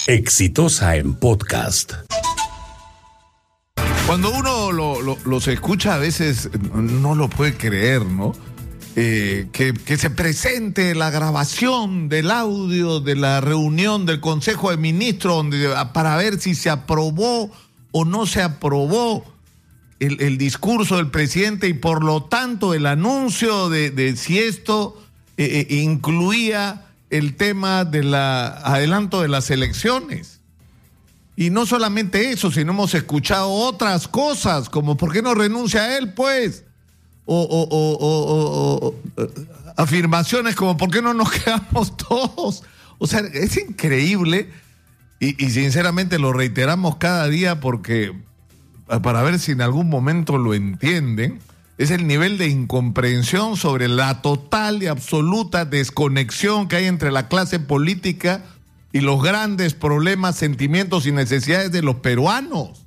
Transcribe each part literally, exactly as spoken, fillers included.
Exitosa en podcast. Cuando uno lo, lo, los escucha a veces no lo puede creer, ¿no? Eh, que, que se presente la grabación del audio de la reunión del Consejo de Ministros donde, para ver si se aprobó o no se aprobó el, el discurso del presidente y por lo tanto el anuncio de, de si esto eh, eh, incluía el tema del adelanto de las elecciones. Y no solamente eso, sino hemos escuchado otras cosas, como ¿por qué no renuncia a él, pues? O, o, o, o, o, o afirmaciones como ¿por qué no nos quedamos todos? O sea, es increíble y, y sinceramente lo reiteramos cada día porque para ver si en algún momento lo entienden. Es el nivel de incomprensión sobre la total y absoluta desconexión que hay entre la clase política y los grandes problemas, sentimientos y necesidades de los peruanos.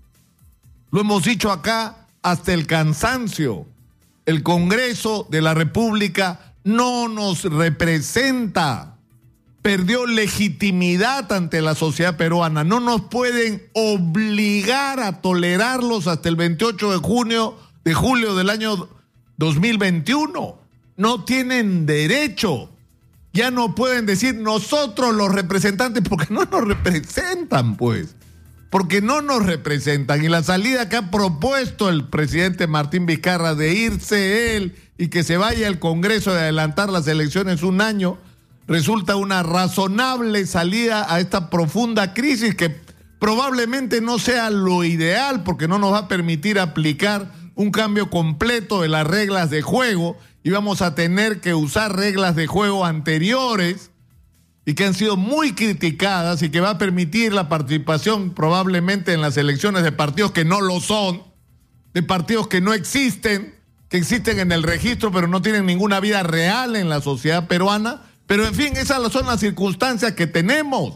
Lo hemos dicho acá hasta el cansancio. El Congreso de la República no nos representa. Perdió legitimidad ante la sociedad peruana. No nos pueden obligar a tolerarlos hasta el veintiocho de junio de julio del año dos mil veintiuno. No tienen derecho. Ya no pueden decir nosotros los representantes porque no nos representan, pues. Porque no nos representan. Y la salida que ha propuesto el presidente Martín Vizcarra de irse él y que se vaya al Congreso de adelantar las elecciones un año, resulta una razonable salida a esta profunda crisis que probablemente no sea lo ideal porque no nos va a permitir aplicar un cambio completo de las reglas de juego y vamos a tener que usar reglas de juego anteriores y que han sido muy criticadas y que va a permitir la participación probablemente en las elecciones de partidos que no lo son, de partidos que no existen, que existen en el registro pero no tienen ninguna vida real en la sociedad peruana. Pero en fin, esas son las circunstancias que tenemos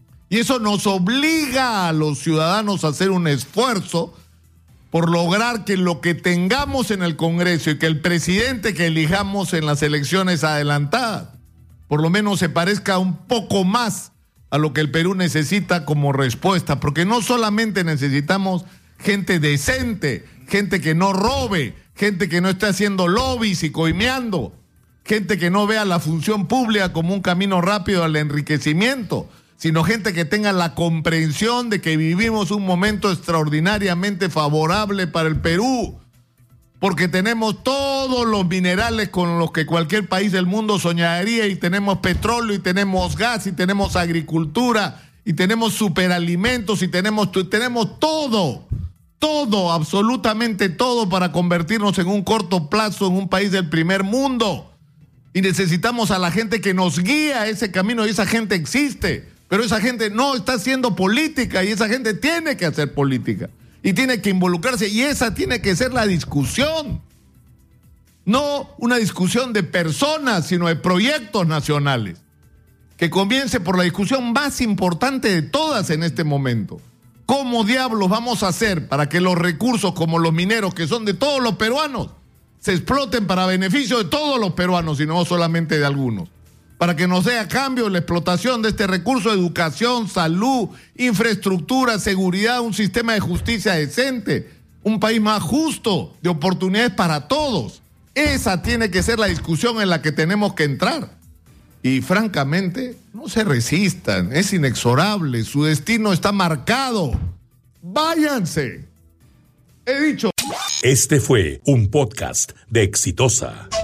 y eso nos obliga a los ciudadanos a hacer un esfuerzo por lograr que lo que tengamos en el Congreso y que el presidente que elijamos en las elecciones adelantadas, por lo menos se parezca un poco más a lo que el Perú necesita como respuesta, porque no solamente necesitamos gente decente, gente que no robe, gente que no esté haciendo lobbies y coimeando, gente que no vea la función pública como un camino rápido al enriquecimiento, sino gente que tenga la comprensión de que vivimos un momento extraordinariamente favorable para el Perú, porque tenemos todos los minerales con los que cualquier país del mundo soñaría y tenemos petróleo y tenemos gas y tenemos agricultura y tenemos superalimentos y tenemos, tenemos todo, todo, absolutamente todo para convertirnos en un corto plazo en un país del primer mundo. Y necesitamos a la gente que nos guía a ese camino y esa gente existe. Pero esa gente no está haciendo política y esa gente tiene que hacer política y tiene que involucrarse y esa tiene que ser la discusión. No una discusión de personas, sino de proyectos nacionales. Que comience por la discusión más importante de todas en este momento. ¿Cómo diablos vamos a hacer para que los recursos como los mineros, que son de todos los peruanos, se exploten para beneficio de todos los peruanos y no solamente de algunos? Para que nos dé a cambio la explotación de este recurso, educación, salud, infraestructura, seguridad, un sistema de justicia decente, un país más justo, de oportunidades para todos. Esa tiene que ser la discusión en la que tenemos que entrar. Y francamente, no se resistan, es inexorable, su destino está marcado. ¡Váyanse! He dicho. Este fue un podcast de Exitosa.